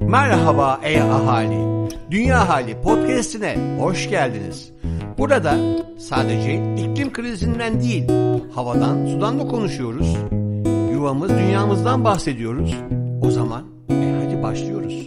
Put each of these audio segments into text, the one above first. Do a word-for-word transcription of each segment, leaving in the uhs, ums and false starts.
Merhaba ey ahali, Dünya Hali Podcast'ine hoş geldiniz. Burada sadece iklim krizinden değil, havadan, sudan da konuşuyoruz. Yuvamız, dünyamızdan bahsediyoruz. O zaman e hadi başlıyoruz.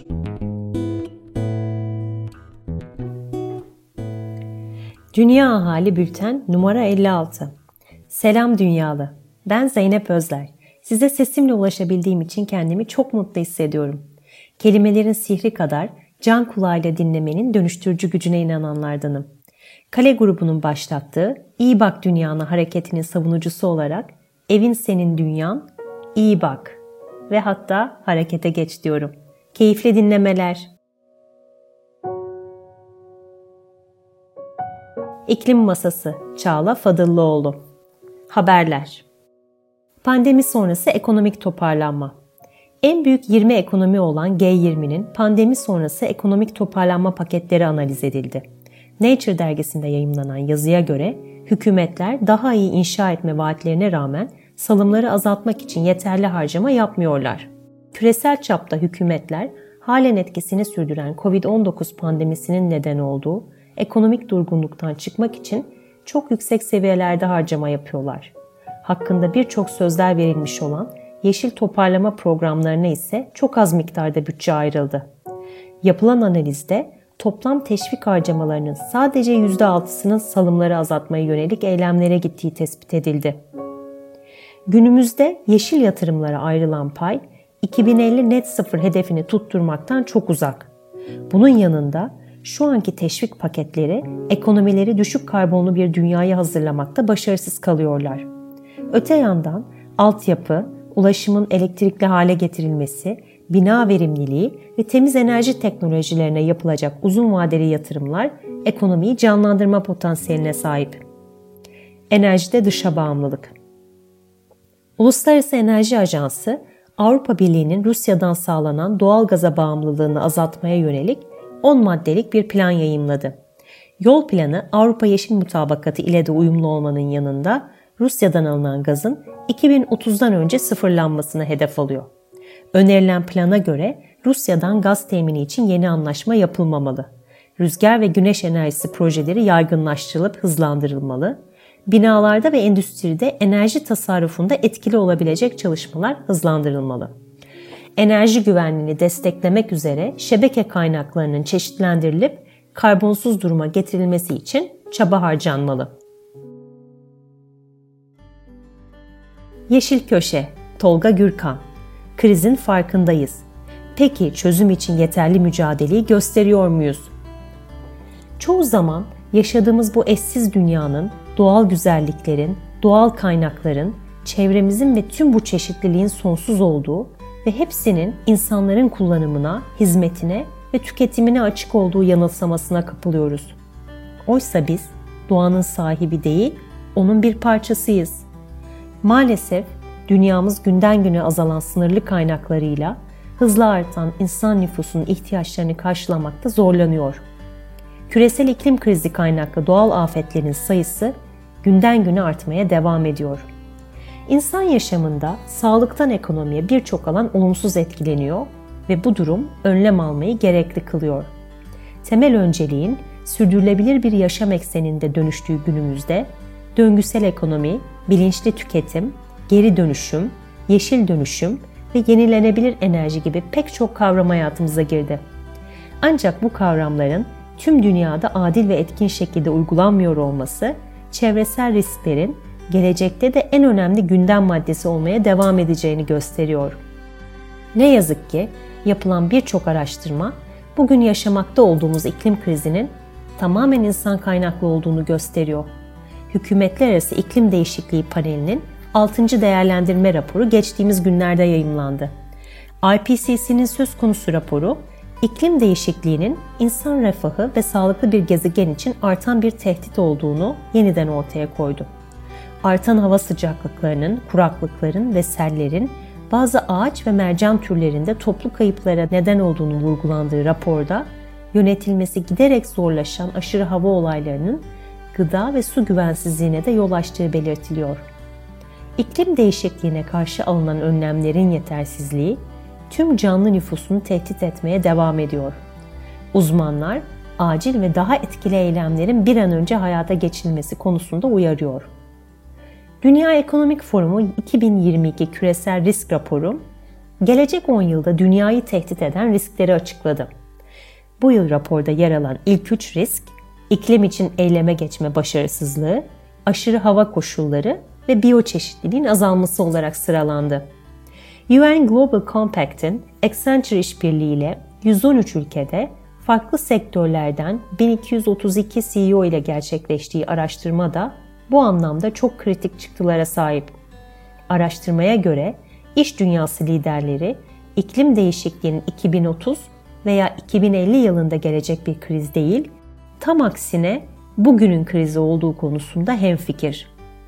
Dünya Hali Bülten numara elli altı. Selam dünyalı. Ben Zeynep Özler. Size sesimle ulaşabildiğim için kendimi çok mutlu hissediyorum. Kelimelerin sihri kadar can kulağıyla dinlemenin dönüştürücü gücüne inananlardanım. Kale grubunun başlattığı İyi Bak Dünyana hareketinin savunucusu olarak evin senin dünyan, iyi bak ve hatta harekete geç diyorum. Keyifli dinlemeler. İklim Masası Çağla Fadıllıoğlu. Haberler. Pandemi sonrası ekonomik toparlanma. En büyük yirmi ekonomi olan G yirminin pandemi sonrası ekonomik toparlanma paketleri analiz edildi. Nature dergisinde yayımlanan yazıya göre hükümetler daha iyi inşa etme vaatlerine rağmen salımları azaltmak için yeterli harcama yapmıyorlar. Küresel çapta hükümetler halen etkisini sürdüren kovid on dokuz pandemisinin neden olduğu ekonomik durgunluktan çıkmak için çok yüksek seviyelerde harcama yapıyorlar. Hakkında birçok sözler verilmiş olan yeşil toparlama programlarına ise çok az miktarda bütçe ayrıldı. Yapılan analizde toplam teşvik harcamalarının sadece yüzde altısının salımları azaltmaya yönelik eylemlere gittiği tespit edildi. Günümüzde yeşil yatırımlara ayrılan pay iki bin elli net sıfır hedefini tutturmaktan çok uzak. Bunun yanında şu anki teşvik paketleri ekonomileri düşük karbonlu bir dünyaya hazırlamakta başarısız kalıyorlar. Öte yandan altyapı, ulaşımın elektrikli hale getirilmesi, bina verimliliği ve temiz enerji teknolojilerine yapılacak uzun vadeli yatırımlar ekonomiyi canlandırma potansiyeline sahip. Enerjide dışa bağımlılık. Uluslararası Enerji Ajansı, Avrupa Birliği'nin Rusya'dan sağlanan doğal gaza bağımlılığını azaltmaya yönelik on maddelik bir plan yayımladı. Yol planı Avrupa Yeşil Mutabakatı ile de uyumlu olmanın yanında Rusya'dan alınan gazın iki bin otuzdan önce sıfırlanmasını hedef alıyor. Önerilen plana göre Rusya'dan gaz temini için yeni anlaşma yapılmamalı. Rüzgar ve güneş enerjisi projeleri yaygınlaştırılıp hızlandırılmalı. Binalarda ve endüstride enerji tasarrufunda etkili olabilecek çalışmalar hızlandırılmalı. Enerji güvenliğini desteklemek üzere şebeke kaynaklarının çeşitlendirilip karbonsuz duruma getirilmesi için çaba harcanmalı. Yeşil Köşe Tolga Gürkan. Krizin farkındayız. Peki çözüm için yeterli mücadeleyi gösteriyor muyuz? Çoğu zaman yaşadığımız bu eşsiz dünyanın, doğal güzelliklerin, doğal kaynakların, çevremizin ve tüm bu çeşitliliğin sonsuz olduğu ve hepsinin insanların kullanımına, hizmetine ve tüketimine açık olduğu yanılsamasına kapılıyoruz. Oysa biz doğanın sahibi değil, onun bir parçasıyız. Maalesef dünyamız günden güne azalan sınırlı kaynaklarıyla hızla artan insan nüfusunun ihtiyaçlarını karşılamakta zorlanıyor. Küresel iklim krizi kaynaklı doğal afetlerin sayısı günden güne artmaya devam ediyor. İnsan yaşamında sağlıktan ekonomiye birçok alan olumsuz etkileniyor ve bu durum önlem almayı gerekli kılıyor. Temel önceliğin sürdürülebilir bir yaşam ekseninde dönüştüğü günümüzde döngüsel ekonomi, bilinçli tüketim, geri dönüşüm, yeşil dönüşüm ve yenilenebilir enerji gibi pek çok kavram hayatımıza girdi. Ancak bu kavramların tüm dünyada adil ve etkin şekilde uygulanmıyor olması, çevresel risklerin gelecekte de en önemli gündem maddesi olmaya devam edeceğini gösteriyor. Ne yazık ki yapılan birçok araştırma bugün yaşamakta olduğumuz iklim krizinin tamamen insan kaynaklı olduğunu gösteriyor. Hükümetler Arası İklim Değişikliği Paneli'nin altıncı değerlendirme raporu geçtiğimiz günlerde yayımlandı. I P C C'nin söz konusu raporu, iklim değişikliğinin insan refahı ve sağlıklı bir gezegen için artan bir tehdit olduğunu yeniden ortaya koydu. Artan hava sıcaklıklarının, kuraklıkların ve sellerin bazı ağaç ve mercan türlerinde toplu kayıplara neden olduğunu vurgulandığı raporda, yönetilmesi giderek zorlaşan aşırı hava olaylarının gıda ve su güvensizliğine de yol açtığı belirtiliyor. İklim değişikliğine karşı alınan önlemlerin yetersizliği, tüm canlı nüfusunu tehdit etmeye devam ediyor. Uzmanlar, acil ve daha etkili eylemlerin bir an önce hayata geçirilmesi konusunda uyarıyor. Dünya Ekonomik Forumu iki bin yirmi iki Küresel Risk Raporu, gelecek on yılda dünyayı tehdit eden riskleri açıkladı. Bu yıl raporda yer alan ilk üç risk, iklim için eyleme geçme başarısızlığı, aşırı hava koşulları ve biyoçeşitliliğin azalması olarak sıralandı. U N Global Compact'in Accenture işbirliğiyle yüz on üç ülkede farklı sektörlerden bin iki yüz otuz iki C E O ile gerçekleştiği araştırma da bu anlamda çok kritik çıktılara sahip. Araştırmaya göre iş dünyası liderleri iklim değişikliğinin iki bin otuz veya iki bin elli yılında gelecek bir kriz değil, tam aksine bugünün krizi olduğu konusunda hemfikir.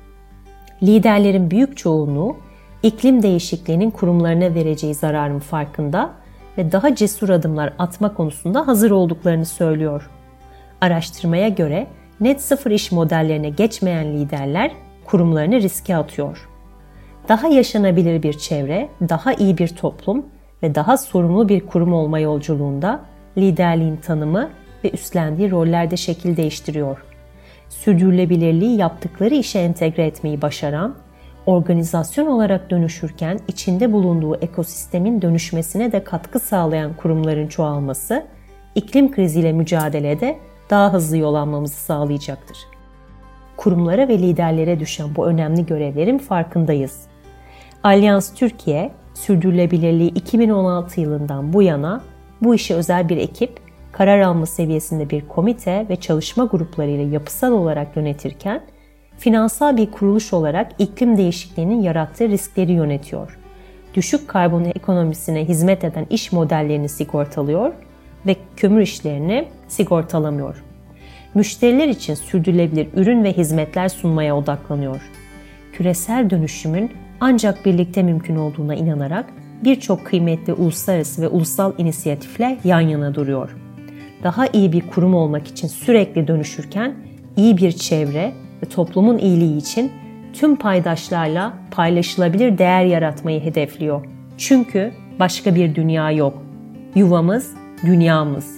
Liderlerin büyük çoğunluğu iklim değişikliğinin kurumlarına vereceği zararın farkında ve daha cesur adımlar atma konusunda hazır olduklarını söylüyor. Araştırmaya göre net sıfır iş modellerine geçmeyen liderler kurumlarını riske atıyor. Daha yaşanabilir bir çevre, daha iyi bir toplum ve daha sorumlu bir kurum olma yolculuğunda liderliğin tanımı ve üstlendiği rollerde şekil değiştiriyor. Sürdürülebilirliği yaptıkları işe entegre etmeyi başaran, organizasyon olarak dönüşürken içinde bulunduğu ekosistemin dönüşmesine de katkı sağlayan kurumların çoğalması, iklim kriziyle mücadelede daha hızlı yol almamızı sağlayacaktır. Kurumlara ve liderlere düşen bu önemli görevlerin farkındayız. Alyans Türkiye, sürdürülebilirliği iki bin on altı yılından bu yana bu işe özel bir ekip, karar alma seviyesinde bir komite ve çalışma gruplarıyla yapısal olarak yönetirken, finansal bir kuruluş olarak iklim değişikliğinin yarattığı riskleri yönetiyor. Düşük karbon ekonomisine hizmet eden iş modellerini sigortalıyor ve kömür işlerini sigortalamıyor. Müşteriler için sürdürülebilir ürün ve hizmetler sunmaya odaklanıyor. Küresel dönüşümün ancak birlikte mümkün olduğuna inanarak birçok kıymetli uluslararası ve ulusal inisiyatifler yan yana duruyor. Daha iyi bir kurum olmak için sürekli dönüşürken iyi bir çevre ve toplumun iyiliği için tüm paydaşlarla paylaşılabilir değer yaratmayı hedefliyor. Çünkü başka bir dünya yok. Yuvamız, dünyamız.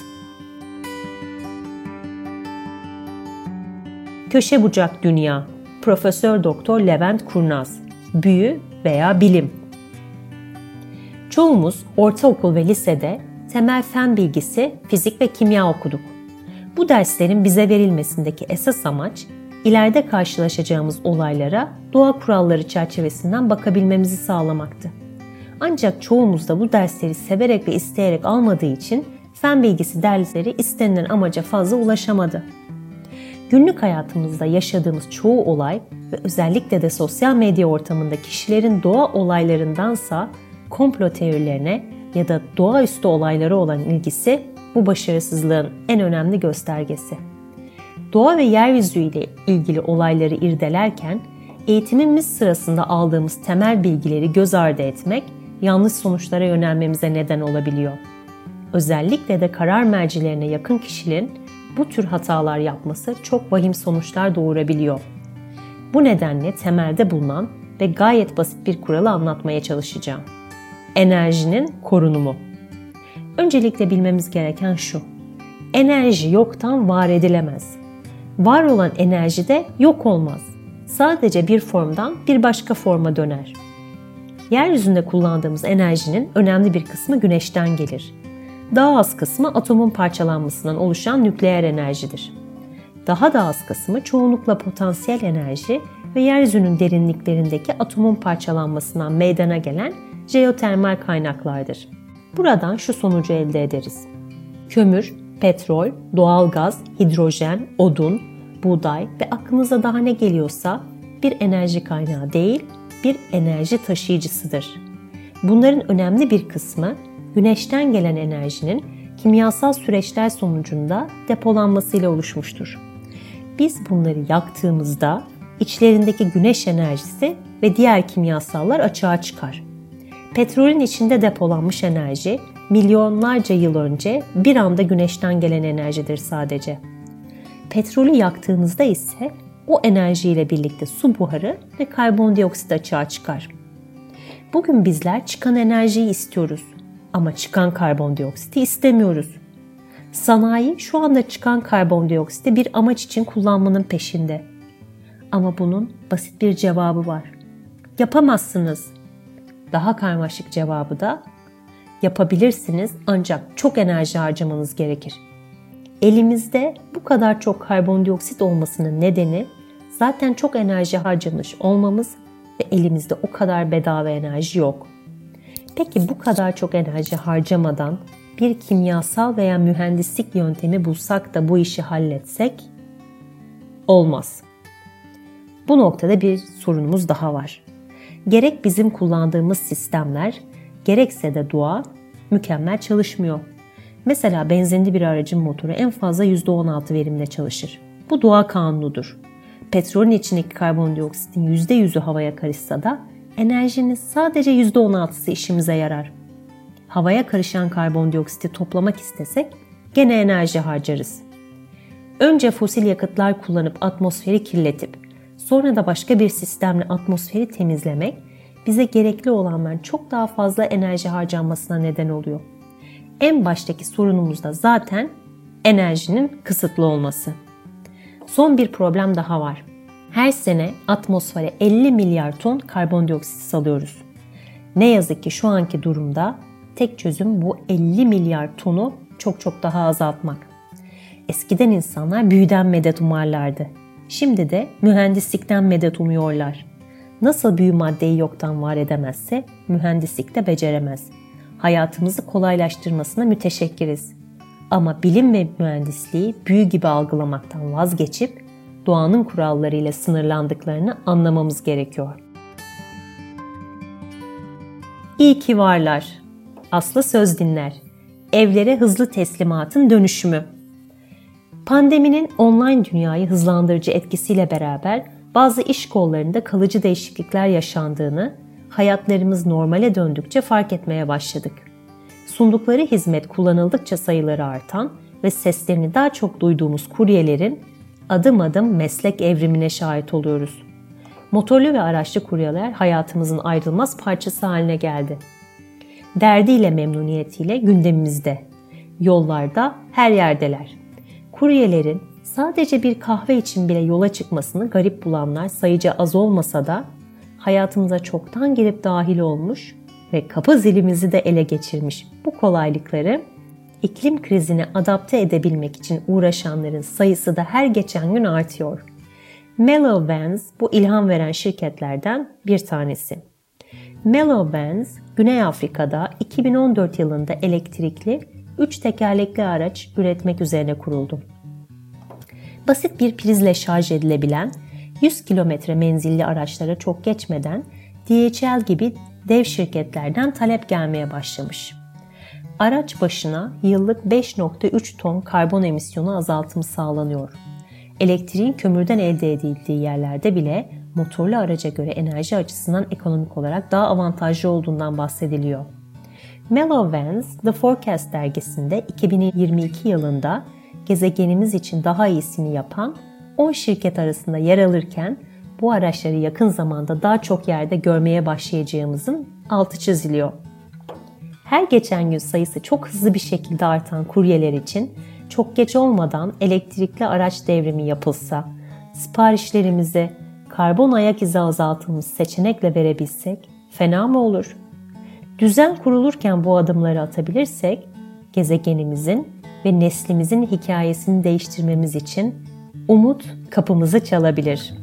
Köşe bucak dünya. Profesör Doktor Levent Kurnaz. Büyü veya bilim. Çoğumuz ortaokul ve lisede temel fen bilgisi, fizik ve kimya okuduk. Bu derslerin bize verilmesindeki esas amaç, ileride karşılaşacağımız olaylara doğa kuralları çerçevesinden bakabilmemizi sağlamaktı. Ancak çoğumuz da bu dersleri severek ve isteyerek almadığı için fen bilgisi dersleri istenilen amaca fazla ulaşamadı. Günlük hayatımızda yaşadığımız çoğu olay ve özellikle de sosyal medya ortamında kişilerin doğa olaylarındansa komplo teorilerine ya da doğaüstü olaylara olan ilgisi bu başarısızlığın en önemli göstergesi. Doğa ve yeryüzü ile ilgili olayları irdelerken eğitimimiz sırasında aldığımız temel bilgileri göz ardı etmek yanlış sonuçlara yönelmemize neden olabiliyor. Özellikle de karar mercilerine yakın kişilerin bu tür hatalar yapması çok vahim sonuçlar doğurabiliyor. Bu nedenle temelde bulunan ve gayet basit bir kuralı anlatmaya çalışacağım. Enerjinin korunumu. Öncelikle bilmemiz gereken şu: enerji yoktan var edilemez. Var olan enerji de yok olmaz. Sadece bir formdan bir başka forma döner. Yeryüzünde kullandığımız enerjinin önemli bir kısmı güneşten gelir. Daha az kısmı atomun parçalanmasından oluşan nükleer enerjidir. Daha da az kısmı çoğunlukla potansiyel enerji ve yeryüzünün derinliklerindeki atomun parçalanmasından meydana gelen jeotermal kaynaklardır. Buradan şu sonucu elde ederiz: kömür, petrol, doğalgaz, hidrojen, odun, buğday ve aklınıza daha ne geliyorsa bir enerji kaynağı değil, bir enerji taşıyıcısıdır. Bunların önemli bir kısmı güneşten gelen enerjinin kimyasal süreçler sonucunda depolanmasıyla oluşmuştur. Biz bunları yaktığımızda içlerindeki güneş enerjisi ve diğer kimyasallar açığa çıkar. Petrolün içinde depolanmış enerji milyonlarca yıl önce bir anda güneşten gelen enerjidir sadece. Petrolü yaktığınızda ise o enerjiyle birlikte su buharı ve karbondioksit açığa çıkar. Bugün bizler çıkan enerjiyi istiyoruz. Ama çıkan karbondioksiti istemiyoruz. Sanayi şu anda çıkan karbondioksiti bir amaç için kullanmanın peşinde. Ama bunun basit bir cevabı var. Yapamazsınız. Daha karmaşık cevabı da yapabilirsiniz ancak çok enerji harcamanız gerekir. Elimizde bu kadar çok karbondioksit olmasının nedeni zaten çok enerji harcamış olmamız ve elimizde o kadar bedava enerji yok. Peki bu kadar çok enerji harcamadan bir kimyasal veya mühendislik yöntemi bulsak da bu işi halletsek olmaz. Bu noktada bir sorunumuz daha var. Gerek bizim kullandığımız sistemler, gerekse de doğa mükemmel çalışmıyor. Mesela benzinli bir aracın motoru en fazla yüzde on altı verimle çalışır. Bu doğa kanunudur. Petrolün içindeki karbondioksitin yüzde yüzü havaya karışsa da enerjinin sadece yüzde on altısı işimize yarar. Havaya karışan karbondioksiti toplamak istesek gene enerji harcarız. Önce fosil yakıtlar kullanıp atmosferi kirletip sonra da başka bir sistemle atmosferi temizlemek bize gerekli olandan çok daha fazla enerji harcanmasına neden oluyor. En baştaki sorunumuz da zaten enerjinin kısıtlı olması. Son bir problem daha var. Her sene atmosfere elli milyar ton karbondioksit salıyoruz. Ne yazık ki şu anki durumda tek çözüm bu elli milyar tonu çok çok daha azaltmak. Eskiden insanlar büyüden medet umarlardı. Şimdi de mühendislikten medet umuyorlar. Nasıl büyü maddeyi yoktan var edemezse mühendislik de beceremez. Hayatımızı kolaylaştırmasına müteşekkiriz. Ama bilim ve mühendisliği büyü gibi algılamaktan vazgeçip doğanın kurallarıyla sınırlandıklarını anlamamız gerekiyor. İyi ki varlar. Aslı söz dinler. Evlere hızlı teslimatın dönüşümü. Pandeminin online dünyayı hızlandırıcı etkisiyle beraber bazı iş kollarında kalıcı değişiklikler yaşandığını, hayatlarımız normale döndükçe fark etmeye başladık. Sundukları hizmet kullanıldıkça sayıları artan ve seslerini daha çok duyduğumuz kuryelerin adım adım meslek evrimine şahit oluyoruz. Motorlu ve araçlı kuryeler hayatımızın ayrılmaz parçası haline geldi. Derdiyle memnuniyetiyle gündemimizde. Yollarda, her yerdeler. Kuryelerin sadece bir kahve için bile yola çıkmasını garip bulanlar sayıca az olmasa da hayatımıza çoktan girip dahil olmuş ve kapı zilimizi de ele geçirmiş bu kolaylıkları iklim krizine adapte edebilmek için uğraşanların sayısı da her geçen gün artıyor. Mellow Vans bu ilham veren şirketlerden bir tanesi. Mellow Vans, Güney Afrika'da iki bin on dört yılında elektrikli üç tekerlekli araç üretmek üzerine kuruldu. Basit bir prizle şarj edilebilen yüz kilometre menzilli araçlara çok geçmeden D H L gibi dev şirketlerden talep gelmeye başlamış. Araç başına yıllık beş virgül üç ton karbon emisyonu azaltımı sağlanıyor. Elektriğin kömürden elde edildiği yerlerde bile motorlu araca göre enerji açısından ekonomik olarak daha avantajlı olduğundan bahsediliyor. Mellow Vans, The Forecast dergisinde iki bin yirmi iki yılında gezegenimiz için daha iyisini yapan on şirket arasında yer alırken bu araçları yakın zamanda daha çok yerde görmeye başlayacağımızın altı çiziliyor. Her geçen gün sayısı çok hızlı bir şekilde artan kuryeler için çok geç olmadan elektrikli araç devrimi yapılsa, siparişlerimizi karbon ayak izi azaltılmış seçenekle verebilsek fena mı olur? Düzen kurulurken bu adımları atabilirsek gezegenimizin ve neslimizin hikayesini değiştirmemiz için umut kapımızı çalabilir.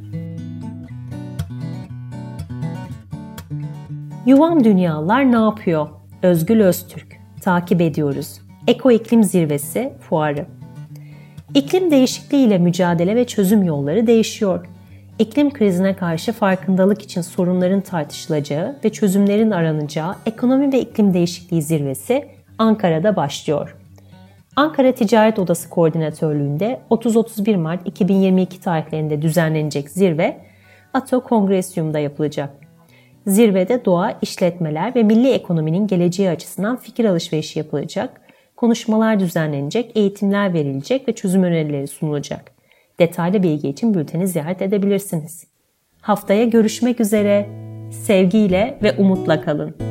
Yuvam Dünyalar ne yapıyor? Özgül Öztürk. Takip ediyoruz. Eko İklim Zirvesi Fuarı. İklim değişikliği ile mücadele ve çözüm yolları değişiyor. İklim krizine karşı farkındalık için sorunların tartışılacağı ve çözümlerin aranacağı Ekonomi ve İklim Değişikliği Zirvesi Ankara'da başlıyor. Ankara Ticaret Odası Koordinatörlüğünde otuz otuz bir Mart iki bin yirmi iki tarihlerinde düzenlenecek zirve Ato Kongresyum'da yapılacak. Zirvede doğa, işletmeler ve milli ekonominin geleceği açısından fikir alışverişi yapılacak, konuşmalar düzenlenecek, eğitimler verilecek ve çözüm önerileri sunulacak. Detaylı bilgi için bülteni ziyaret edebilirsiniz. Haftaya görüşmek üzere. Sevgiyle ve umutla kalın.